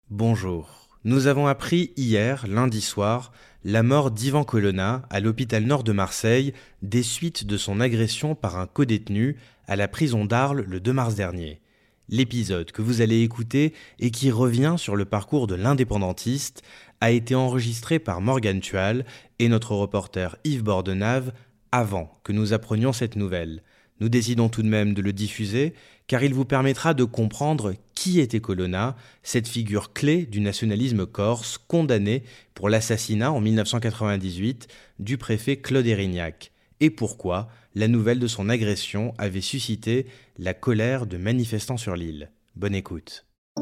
Bonjour. Nous avons appris hier, lundi soir, la mort d'Ivan Colonna à l'hôpital Nord de Marseille des suites de son agression par un codétenu à la prison d'Arles le 2 mars dernier. L'épisode que vous allez écouter et qui revient sur le parcours de l'indépendantiste a été enregistré par Morgane Tual et notre reporter Yves Bordenave avant que nous apprenions cette nouvelle. Nous décidons tout de même de le diffuser car il vous permettra de comprendre qui était Colonna, cette figure clé du nationalisme corse condamné pour l'assassinat en 1998 du préfet Claude Érignac, et pourquoi la nouvelle de son agression avait suscité la colère de manifestants sur l'île. Bonne écoute.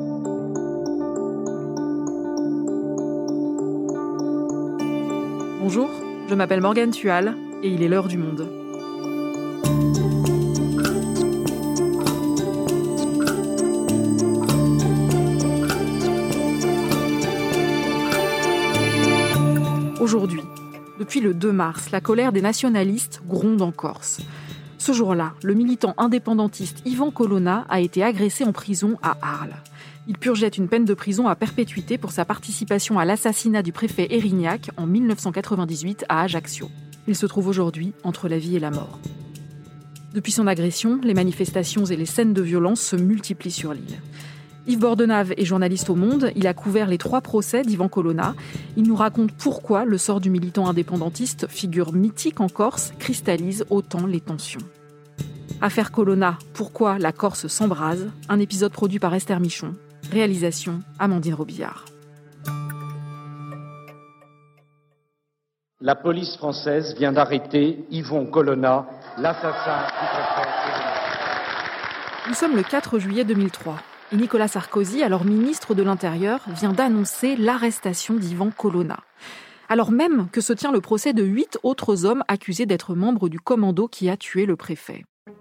Bonjour, je m'appelle Morgane Tual et il est l'heure du monde. Aujourd'hui, depuis le 2 mars, la colère des nationalistes gronde en Corse. Ce jour-là, le militant indépendantiste Ivan Colonna a été agressé en prison à Arles. Il purgeait une peine de prison à perpétuité pour sa participation à l'assassinat du préfet Érignac en 1998 à Ajaccio. Il se trouve aujourd'hui entre la vie et la mort. Depuis son agression, les manifestations et les scènes de violence se multiplient sur l'île. Yves Bordenave est journaliste au Monde. Il a couvert les 3 procès d'Ivan Colonna. Il nous raconte pourquoi le sort du militant indépendantiste, figure mythique en Corse, cristallise autant les tensions. Affaire Colonna, pourquoi la Corse s'embrase ? Un épisode produit par Esther Michon. Réalisation, Amandine Robillard. La police française vient d'arrêter Ivan Colonna, l'assassin du préfet Érignac. Nous sommes le 4 juillet 2003. Et Nicolas Sarkozy, alors ministre de l'Intérieur, vient d'annoncer l'arrestation d'Ivan Colonna. Alors même que se tient le procès de 8 autres hommes accusés d'être membres du commando qui a tué le préfet.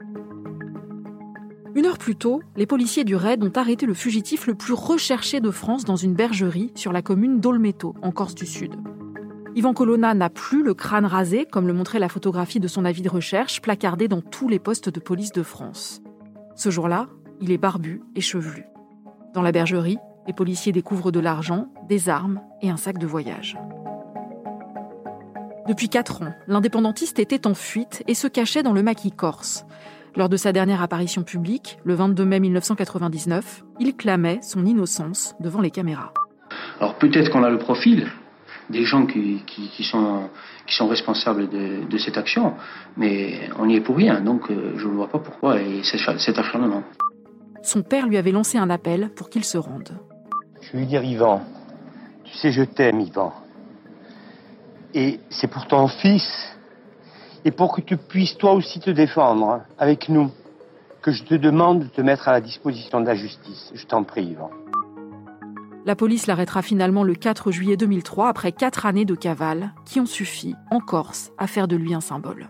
1 heure plus tôt, les policiers du RAID ont arrêté le fugitif le plus recherché de France dans une bergerie sur la commune d'Olmeto, en Corse du Sud. Ivan Colonna n'a plus le crâne rasé, comme le montrait la photographie de son avis de recherche, placardé dans tous les postes de police de France. Ce jour-là, il est barbu et chevelu. Dans la bergerie, les policiers découvrent de l'argent, des armes et un sac de voyage. Depuis 4 ans, l'indépendantiste était en fuite et se cachait dans le maquis corse. Lors de sa dernière apparition publique, le 22 mai 1999, il clamait son innocence devant les caméras. Alors peut-être qu'on a le profil des gens qui sont responsables de cette action, mais on y est pour rien, donc je ne vois pas pourquoi cet acharnement. Son père lui avait lancé un appel pour qu'il se rende. Je vais lui dire, Ivan, tu sais, je t'aime, Ivan. Et c'est pour ton fils, et pour que tu puisses toi aussi te défendre avec nous, que je te demande de te mettre à la disposition de la justice. Je t'en prie, Ivan. La police l'arrêtera finalement le 4 juillet 2003, après 4 années de cavale, qui ont suffi, en Corse, à faire de lui un symbole.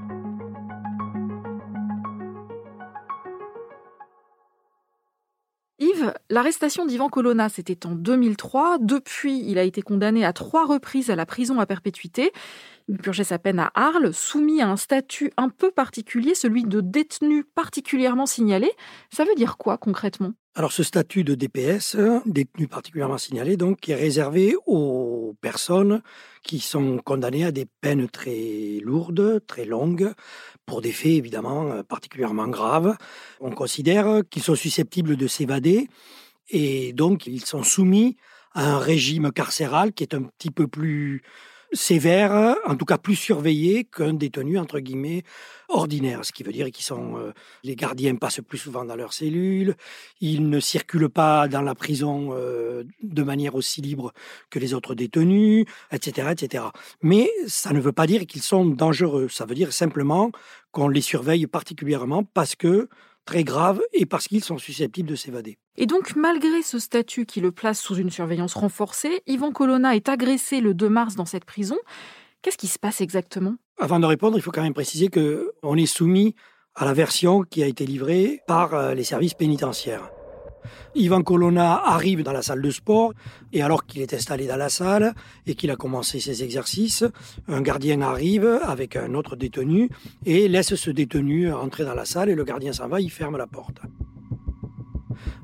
Yves, l'arrestation d'Ivan Colonna, c'était en 2003. Depuis, il a été condamné à 3 reprises à la prison à perpétuité. Il purgeait sa peine à Arles, soumis à un statut un peu particulier, celui de détenu particulièrement signalé. Ça veut dire quoi concrètement ? Alors ce statut de DPS, détenu particulièrement signalé, donc, est réservé aux personnes qui sont condamnées à des peines très lourdes, très longues, pour des faits évidemment particulièrement graves. On considère qu'ils sont susceptibles de s'évader et donc ils sont soumis à un régime carcéral qui est un petit peu plus sévère, en tout cas plus surveillé qu'un détenu entre guillemets ordinaire, ce qui veut dire qu'ils sont les gardiens passent plus souvent dans leurs cellules, ils ne circulent pas dans la prison de manière aussi libre que les autres détenus, etc., etc. Mais ça ne veut pas dire qu'ils sont dangereux, ça veut dire simplement qu'on les surveille particulièrement parce que très grave et parce qu'ils sont susceptibles de s'évader. Et donc, malgré ce statut qui le place sous une surveillance renforcée, Ivan Colonna est agressé le 2 mars dans cette prison. Qu'est-ce qui se passe exactement ? Avant de répondre, il faut quand même préciser qu'on est soumis à la version qui a été livrée par les services pénitentiaires. Ivan Colonna arrive dans la salle de sport et alors qu'il est installé dans la salle et qu'il a commencé ses exercices, un gardien arrive avec un autre détenu et laisse ce détenu entrer dans la salle et le gardien s'en va, il ferme la porte.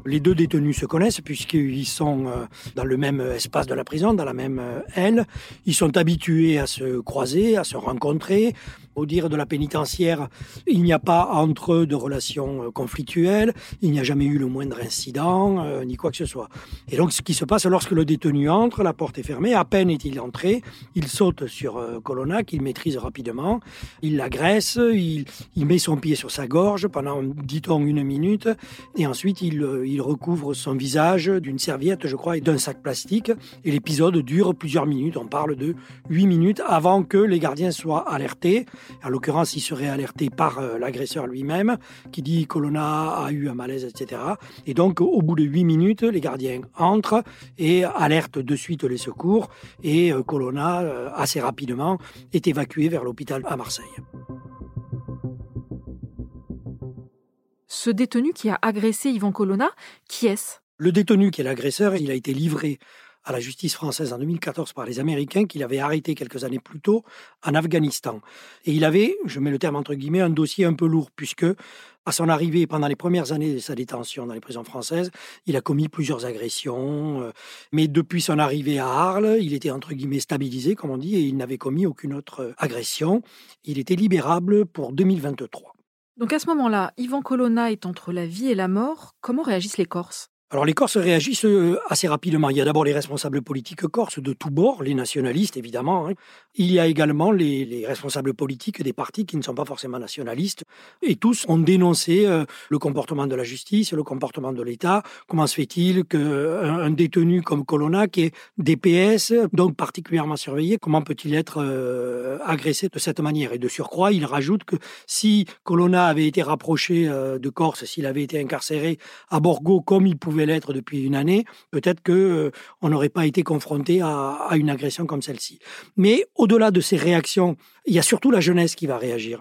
Les deux détenus se connaissent puisqu'ils sont dans le même espace de la prison, dans la même aile. Ils sont habitués à se croiser, à se rencontrer. Au dire de la pénitentiaire, il n'y a pas entre eux de relations conflictuelles. Il n'y a jamais eu le moindre incident, ni quoi que ce soit. Et donc, ce qui se passe lorsque le détenu entre, la porte est fermée. À peine est-il entré, il saute sur Colonna, qu'il maîtrise rapidement. Il l'agresse, il met son pied sur sa gorge pendant, dit-on, 1 minute. Et ensuite, il recouvre son visage d'une serviette, je crois, et d'un sac plastique. Et l'épisode dure plusieurs minutes. On parle de 8 minutes avant que les gardiens soient alertés. En l'occurrence, il serait alerté par l'agresseur lui-même, qui dit Colonna a eu un malaise, etc. Et donc, au bout de 8 minutes, les gardiens entrent et alertent de suite les secours. Et Colonna, assez rapidement, est évacué vers l'hôpital à Marseille. Ce détenu qui a agressé Yvan Colonna, qui est-ce ? Le détenu qui est l'agresseur, il a été livré à la justice française en 2014 par les Américains qui l'avaient arrêté quelques années plus tôt en Afghanistan. Et il avait, je mets le terme entre guillemets, un dossier un peu lourd puisque à son arrivée, pendant les premières années de sa détention dans les prisons françaises, il a commis plusieurs agressions. Mais depuis son arrivée à Arles, il était entre guillemets stabilisé, comme on dit, et il n'avait commis aucune autre agression. Il était libérable pour 2023. Donc à ce moment-là, Yvan Colonna est entre la vie et la mort. Comment réagissent les Corses ? Alors les Corses réagissent assez rapidement. Il y a d'abord les responsables politiques corses de tous bords, les nationalistes évidemment. Il y a également les responsables politiques des partis qui ne sont pas forcément nationalistes. Et tous ont dénoncé le comportement de la justice, le comportement de l'État. Comment se fait-il qu'un détenu comme Colonna, qui est DPS, donc particulièrement surveillé, comment peut-il être agressé de cette manière ? Et de surcroît, il rajoute que si Colonna avait été rapproché de Corse, s'il avait été incarcéré à Borgo comme il pouvait l'être depuis 1 année, peut-être qu'on n'aurait pas été confronté à une agression comme celle-ci. Mais au-delà de ces réactions, il y a surtout la jeunesse qui va réagir.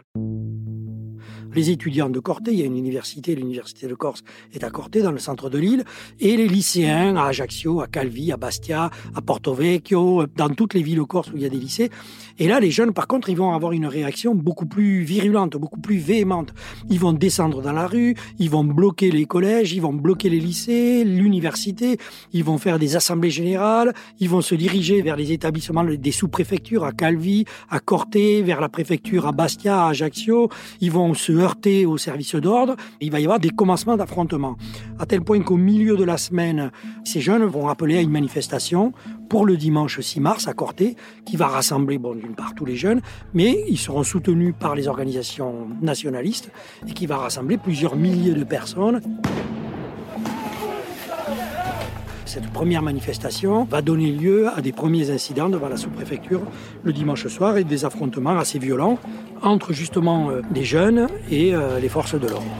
Les étudiants de Corte, il y a une université, l'université de Corse est à Corte, dans le centre de l'île, et les lycéens à Ajaccio, à Calvi, à Bastia, à Porto Vecchio, dans toutes les villes corses où il y a des lycées. Et là, les jeunes, par contre, ils vont avoir une réaction beaucoup plus virulente, beaucoup plus véhémente. Ils vont descendre dans la rue, ils vont bloquer les collèges, ils vont bloquer les lycées, l'université, ils vont faire des assemblées générales, ils vont se diriger vers les établissements des sous-préfectures à Calvi, à Corte, vers la préfecture à Bastia, à Ajaccio. Ils vont se heurter aux services d'ordre. Il va y avoir des commencements d'affrontements. À tel point qu'au milieu de la semaine, ces jeunes vont appeler à une manifestation pour le dimanche 6 mars à Corte, qui va rassembler, d'une part, tous les jeunes, mais ils seront soutenus par les organisations nationalistes et qui va rassembler plusieurs milliers de personnes. Cette première manifestation va donner lieu à des premiers incidents devant la sous-préfecture le dimanche soir et des affrontements assez violents entre justement des jeunes et les forces de l'ordre.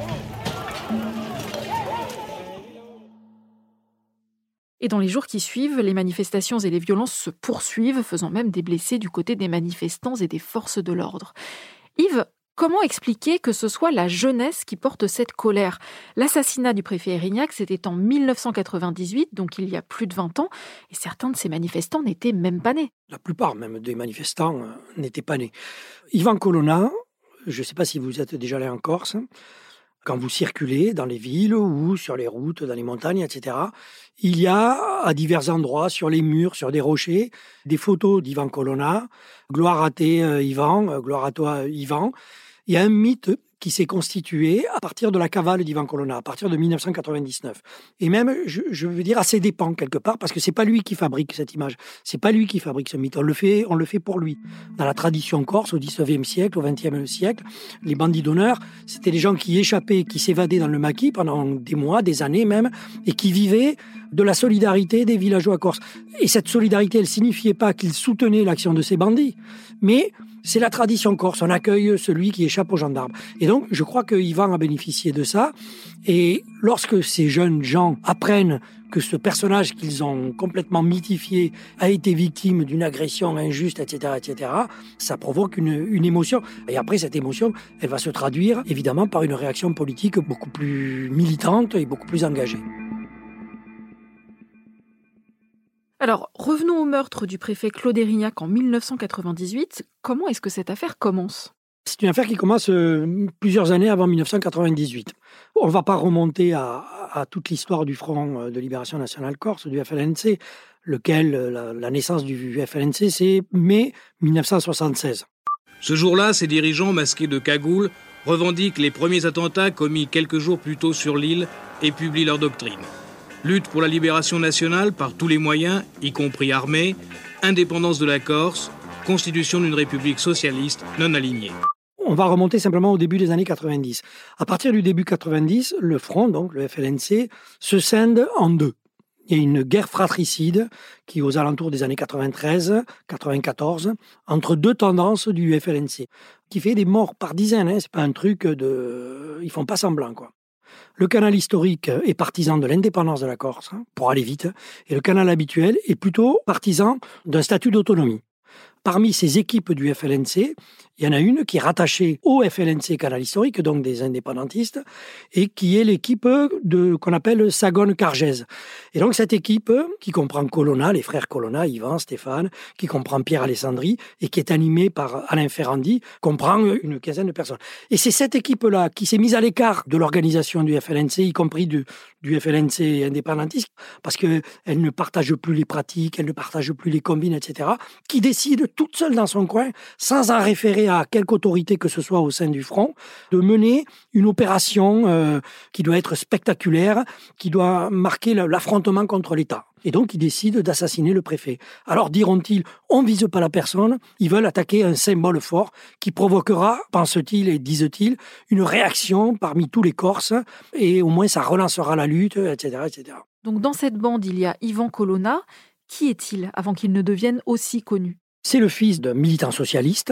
Et dans les jours qui suivent, les manifestations et les violences se poursuivent, faisant même des blessés du côté des manifestants et des forces de l'ordre. Yves, comment expliquer que ce soit la jeunesse qui porte cette colère ? L'assassinat du préfet Erignac, c'était en 1998, donc il y a plus de 20 ans, et certains de ces manifestants n'étaient même pas nés. La plupart même des manifestants n'étaient pas nés. Yvan Colonna, je ne sais pas si vous êtes déjà allé en Corse, quand vous circulez dans les villes ou sur les routes, dans les montagnes, etc., il y a à divers endroits, sur les murs, sur des rochers, des photos d'Yvan Colonna. Gloire à Yvan, gloire à toi Yvan. Il y a un mythe qui s'est constitué à partir de la cavale d'Yvan Colonna, à partir de 1999. Et même, je veux dire, à ses dépens, quelque part, parce que c'est pas lui qui fabrique cette image. C'est pas lui qui fabrique ce mythe. On le fait pour lui. Dans la tradition corse, au XIXe siècle, au XXe siècle, les bandits d'honneur, c'était des gens qui échappaient, qui s'évadaient dans le maquis pendant des mois, des années même, et qui vivaient de la solidarité des villageois corses. Et cette solidarité, elle signifiait pas qu'ils soutenaient l'action de ces bandits, mais c'est la tradition corse, on accueille celui qui échappe aux gendarmes. Et donc, je crois que Yvan a bénéficié de ça. Et lorsque ces jeunes gens apprennent que ce personnage qu'ils ont complètement mythifié a été victime d'une agression injuste, etc., ça provoque une émotion. Et après, cette émotion, elle va se traduire évidemment par une réaction politique beaucoup plus militante et beaucoup plus engagée. Alors, revenons au meurtre du préfet Claude Erignac en 1998. Comment est-ce que cette affaire commence ? C'est une affaire qui commence plusieurs années avant 1998. On ne va pas remonter à à toute l'histoire du Front de Libération Nationale Corse, du FLNC, lequel, la naissance du FLNC, c'est mai 1976. Ce jour-là, ces dirigeants masqués de cagoules revendiquent les premiers attentats commis quelques jours plus tôt sur l'île et publient leur doctrine. Lutte pour la libération nationale par tous les moyens, y compris armés, indépendance de la Corse, constitution d'une république socialiste non alignée. On va remonter simplement au début des années 90. À partir du début 90, le Front, donc le FLNC, se scinde en deux. Il y a une guerre fratricide qui, aux alentours des années 93-94, entre deux tendances du FLNC, qui fait des morts par dizaines. C'est pas un truc de... Ils font pas semblant, quoi. Le canal historique est partisan de l'indépendance de la Corse, pour aller vite, et le canal habituel est plutôt partisan d'un statut d'autonomie. Parmi ces équipes du FLNC, il y en a une qui est rattachée au FLNC Canal Historique, donc des indépendantistes, et qui est l'équipe qu'on appelle Sagone-Cargèse. Et donc cette équipe, qui comprend Colonna, les frères Colonna, Yvan, Stéphane, qui comprend Pierre Alessandri, et qui est animée par Alain Ferrandi, comprend une quinzaine de personnes. Et c'est cette équipe-là qui s'est mise à l'écart de l'organisation du FLNC, y compris du FLNC indépendantiste, parce qu'elle ne partage plus les pratiques, elle ne partage plus les combines, etc., qui décide toute seule dans son coin, sans en référer à quelque autorité que ce soit au sein du Front, de mener une opération qui doit être spectaculaire, qui doit marquer l'affrontement contre l'État. Et donc, ils décident d'assassiner le préfet. Alors, diront-ils, on ne vise pas la personne, ils veulent attaquer un symbole fort qui provoquera, pensent-ils et disent-ils, une réaction parmi tous les Corses, et au moins ça relancera la lutte, etc., etc. Donc, dans cette bande, il y a Yvan Colonna. Qui est-il avant qu'il ne devienne aussi connu ? C'est le fils d'un militant socialiste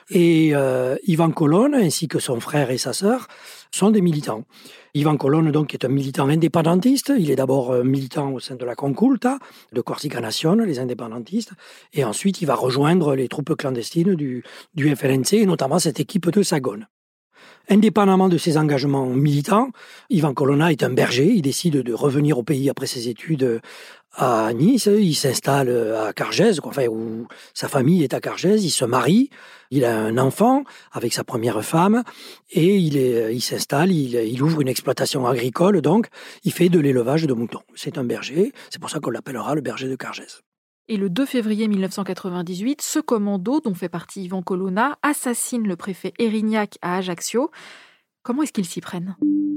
et Yvan Colonna, ainsi que son frère et sa sœur, sont des militants. Yvan Colonna, donc, est un militant indépendantiste. Il est d'abord militant au sein de la Conculta, de Corsica Nation, les indépendantistes. Et ensuite, il va rejoindre les troupes clandestines du FLNC, et notamment cette équipe de Sagone. Indépendamment de ses engagements militants, Yvan Colonna est un berger. Il décide de revenir au pays après ses études à Nice. Il s'installe à Cargèse, où sa famille est à Cargèse. Il se marie. Il a un enfant avec sa première femme et il s'installe. Il ouvre une exploitation agricole. Donc, il fait de l'élevage de moutons. C'est un berger. C'est pour ça qu'on l'appellera le berger de Cargèse. Et le 2 février 1998, ce commando, dont fait partie Yvan Colonna, assassine le préfet Erignac à Ajaccio. Comment est-ce qu'ils s'y prennent ?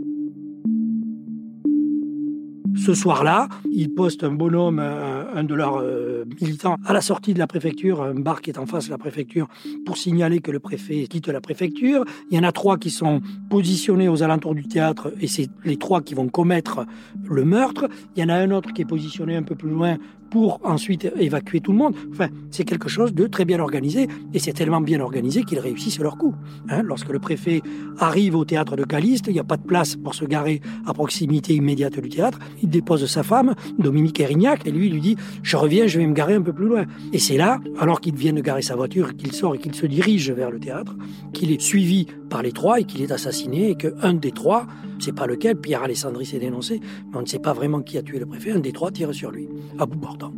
Ce soir-là, ils postent un bonhomme, un de leurs militants, à la sortie de la préfecture, un bar qui est en face de la préfecture, pour signaler que le préfet quitte la préfecture. Il y en a 3 qui sont positionnés aux alentours du théâtre, et c'est les 3 qui vont commettre le meurtre. Il y en a un autre qui est positionné un peu plus loin pour ensuite évacuer tout le monde. Enfin, c'est quelque chose de très bien organisé, et c'est tellement bien organisé qu'ils réussissent leur coup. Lorsque le préfet arrive au théâtre de Caliste, il n'y a pas de place pour se garer à proximité immédiate du théâtre. Il dépose sa femme, Dominique Erignac, et lui dit « Je reviens, je vais me garer un peu plus loin ». Et c'est là, alors qu'il vient de garer sa voiture, qu'il sort et qu'il se dirige vers le théâtre, qu'il est suivi par les 3 et qu'il est assassiné, et qu'un des 3, c'est pas lequel, Pierre Alessandri s'est dénoncé, mais on ne sait pas vraiment qui a tué le préfet, un des 3 tire sur lui, à bout portant.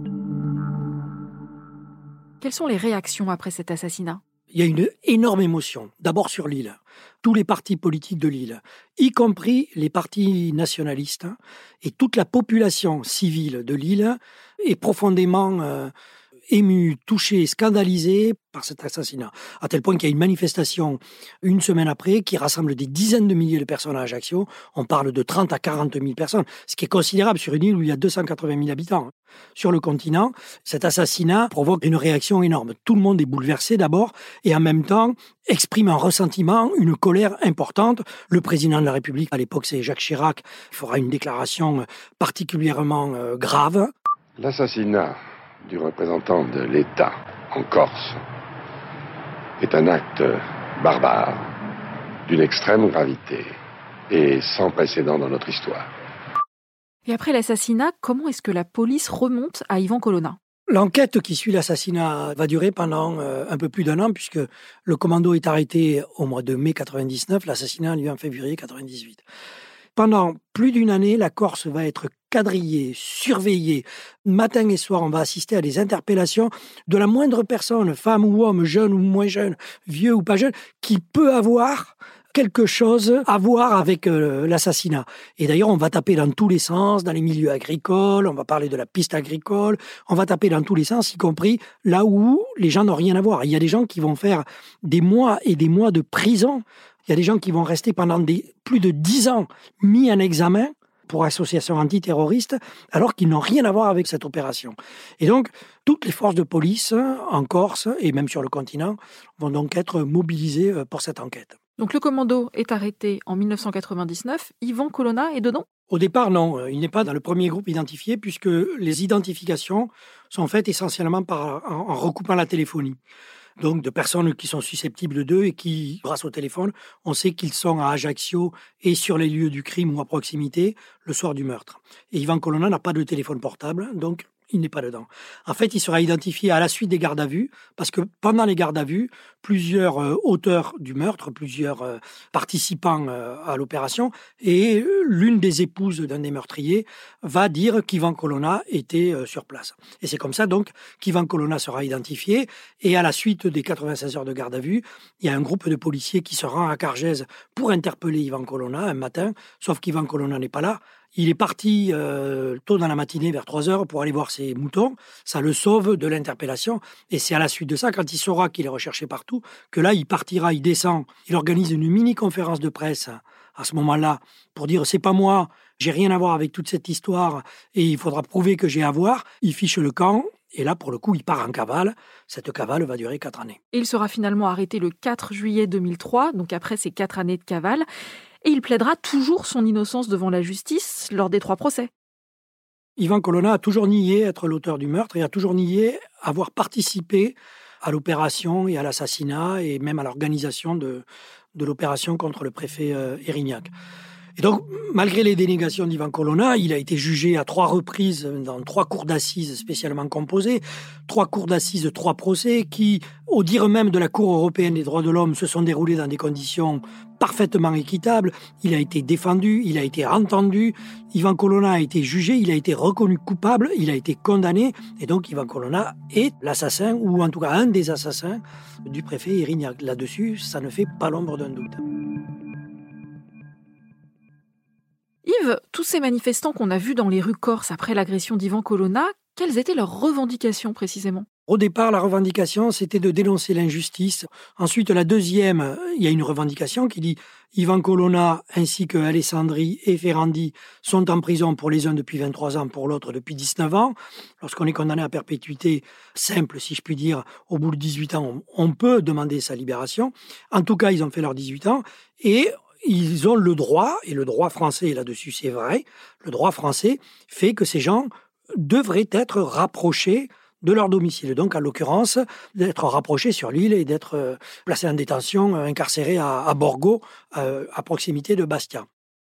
Quelles sont les réactions après cet assassinat ? Il y a une énorme émotion, d'abord sur l'île. Tous les partis politiques de l'île, y compris les partis nationalistes, et toute la population civile de l'île est profondément émue, touchée, scandalisée par cet assassinat. À tel point qu'il y a une manifestation une semaine après qui rassemble des dizaines de milliers de personnes à Ajaccio. On parle de 30 à 40 000 personnes, ce qui est considérable sur une île où il y a 280 000 habitants. Sur le continent, cet assassinat provoque une réaction énorme. Tout le monde est bouleversé d'abord et en même temps exprime un ressentiment, une colère importante. Le président de la République, à l'époque c'est Jacques Chirac, fera une déclaration particulièrement grave. L'assassinat du représentant de l'État en Corse est un acte barbare, d'une extrême gravité et sans précédent dans notre histoire. Et après l'assassinat, comment est-ce que la police remonte à Yvan Colonna ? L'enquête qui suit l'assassinat va durer pendant un peu plus d'un an, puisque le commando est arrêté au mois de mai 99, l'assassinat a lieu en février 98. Pendant plus d'une année, la Corse va être quadrillée, surveillée. Matin et soir, on va assister à des interpellations de la moindre personne, femme ou homme, jeune ou moins jeune, vieux ou pas jeune, qui peut avoir quelque chose à voir avec l'assassinat. Et d'ailleurs, on va taper dans tous les sens, dans les milieux agricoles, on va parler de la piste agricole, on va taper dans tous les sens, y compris là où les gens n'ont rien à voir. Il y a des gens qui vont faire des mois et des mois de prison. Il y a des gens qui vont rester pendant plus de 10 ans mis en examen pour association antiterroriste, alors qu'ils n'ont rien à voir avec cette opération. Et donc, toutes les forces de police en Corse et même sur le continent vont donc être mobilisées pour cette enquête. Donc le commando est arrêté en 1999. Yvan Colonna est dedans ? Au départ, non. Il n'est pas dans le premier groupe identifié puisque les identifications sont faites essentiellement en recoupant la téléphonie. Donc de personnes qui sont susceptibles d'eux et qui, grâce au téléphone, on sait qu'ils sont à Ajaccio et sur les lieux du crime ou à proximité le soir du meurtre. Et Yvan Colonna n'a pas de téléphone portable, donc il n'est pas dedans. En fait, il sera identifié à la suite des gardes à vue, parce que pendant les gardes à vue, plusieurs auteurs du meurtre, plusieurs participants à l'opération, et l'une des épouses d'un des meurtriers va dire qu'Yvan Colonna était sur place. Et c'est comme ça donc qu'Yvan Colonna sera identifié, et à la suite des 96 heures de garde à vue, il y a un groupe de policiers qui se rend à Cargèse pour interpeller Yvan Colonna un matin, sauf qu'Yvan Colonna n'est pas là. Il est parti tôt dans la matinée, vers 3 heures, pour aller voir ses moutons. Ça le sauve de l'interpellation. Et c'est à la suite de ça, quand il saura qu'il est recherché partout, que là, il partira, il descend. Il organise une mini-conférence de presse à ce moment-là pour dire « c'est pas moi, j'ai rien à voir avec toute cette histoire et il faudra prouver que j'ai à voir ». Il fiche le camp. Et là, pour le coup, il part en cavale. Cette cavale va durer 4 années. Et il sera finalement arrêté le 4 juillet 2003, donc après ces 4 années de cavale. Et il plaidera toujours son innocence devant la justice lors des 3 procès. Yvan Colonna a toujours nié être l'auteur du meurtre et a toujours nié avoir participé à l'opération et à l'assassinat et même à l'organisation de l'opération contre le préfet Erignac. Et donc, malgré les dénégations d'Yvan Colonna, il a été jugé à 3 reprises dans 3 cours d'assises spécialement composées, 3 cours d'assises, 3 procès qui, au dire même de la Cour européenne des droits de l'homme, se sont déroulés dans des conditions parfaitement équitables. Il a été défendu, il a été entendu. Yvan Colonna a été jugé, il a été reconnu coupable, il a été condamné. Et donc, Yvan Colonna est l'assassin, ou en tout cas un des assassins du préfet Erignac. Là-dessus, ça ne fait pas l'ombre d'un doute. Yves, tous ces manifestants qu'on a vus dans les rues corses après l'agression d'Yvan Colonna, quelles étaient leurs revendications précisément ? Au départ, la revendication, c'était de dénoncer l'injustice. Ensuite, la deuxième, il y a une revendication qui dit Yvan Colonna ainsi que Alessandri et Ferrandi sont en prison pour les uns depuis 23 ans, pour l'autre depuis 19 ans. Lorsqu'on est condamné à perpétuité simple, si je puis dire, au bout de 18 ans, on peut demander sa libération. En tout cas, ils ont fait leurs 18 ans et ils ont le droit, et le droit français là-dessus c'est vrai, le droit français fait que ces gens devraient être rapprochés de leur domicile. Donc, en l'occurrence, d'être rapprochés sur l'île et d'être placés en détention, incarcérés à Borgo, à proximité de Bastia.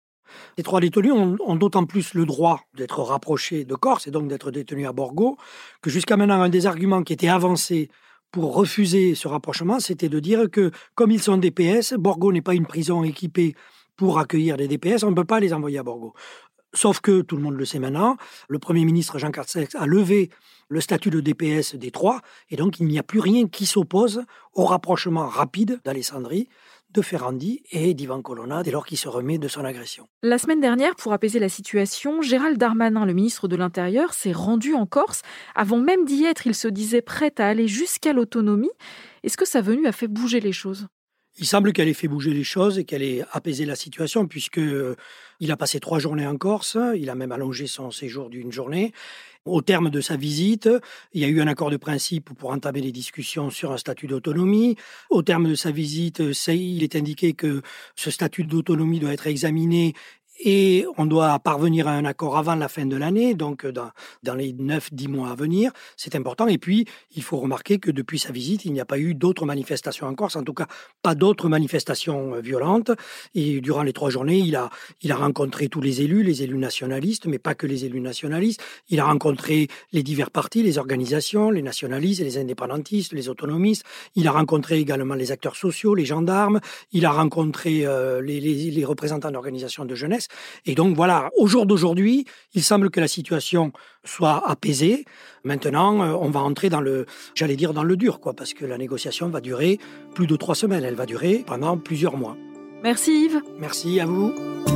Les 3 détenus ont d'autant plus le droit d'être rapprochés de Corse et donc d'être détenus à Borgo, que jusqu'à maintenant, un des arguments qui était avancé pour refuser ce rapprochement, c'était de dire que, comme ils sont DPS, Borgo n'est pas une prison équipée pour accueillir des DPS, on ne peut pas les envoyer à Borgo. Sauf que, tout le monde le sait maintenant, le Premier ministre Jean Castex a levé le statut de DPS des 3, et donc il n'y a plus rien qui s'oppose au rapprochement rapide d'Alessandri, de Ferrandi et d'Yvan Colonna dès lors qu'il se remet de son agression. La semaine dernière, pour apaiser la situation, Gérald Darmanin, le ministre de l'Intérieur, s'est rendu en Corse. Avant même d'y être, il se disait prêt à aller jusqu'à l'autonomie. Est-ce que sa venue a fait bouger les choses ? Il semble qu'elle ait fait bouger les choses et qu'elle ait apaisé la situation puisqu'il a passé 3 journées en Corse, il a même allongé son séjour d'une journée. Au terme de sa visite, il y a eu un accord de principe pour entamer les discussions sur un statut d'autonomie. Au terme de sa visite, il est indiqué que ce statut d'autonomie doit être examiné et on doit parvenir à un accord avant la fin de l'année, donc dans les 9-10 mois à venir. C'est important. Et puis, il faut remarquer que depuis sa visite, il n'y a pas eu d'autres manifestations en Corse, en tout cas pas d'autres manifestations violentes. Et durant les 3 journées, il a rencontré tous les élus nationalistes, mais pas que les élus nationalistes. Il a rencontré les divers partis, les organisations, les nationalistes, les indépendantistes, les autonomistes. Il a rencontré également les acteurs sociaux, les gendarmes. Il a rencontré les représentants d'organisations de jeunesse. Et donc voilà, au jour d'aujourd'hui, il semble que la situation soit apaisée. Maintenant, on va entrer dans le dur, parce que la négociation va durer plus de 3 semaines. Elle va durer pendant plusieurs mois. Merci Yves. Merci à vous.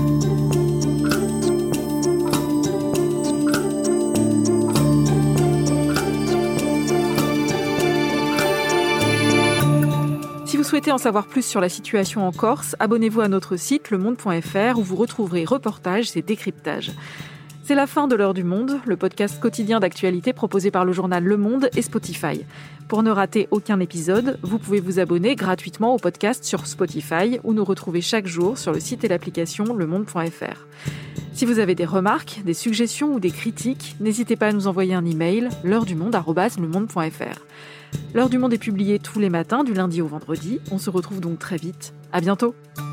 Si vous souhaitez en savoir plus sur la situation en Corse, abonnez-vous à notre site lemonde.fr où vous retrouverez reportages et décryptages. C'est la fin de l'Heure du Monde, le podcast quotidien d'actualité proposé par le journal Le Monde et Spotify. Pour ne rater aucun épisode, vous pouvez vous abonner gratuitement au podcast sur Spotify ou nous retrouver chaque jour sur le site et l'application lemonde.fr. Si vous avez des remarques, des suggestions ou des critiques, n'hésitez pas à nous envoyer un email l'heuredumonde@lemonde.fr. L'Heure du Monde est publiée tous les matins du lundi au vendredi. On se retrouve donc très vite. À bientôt.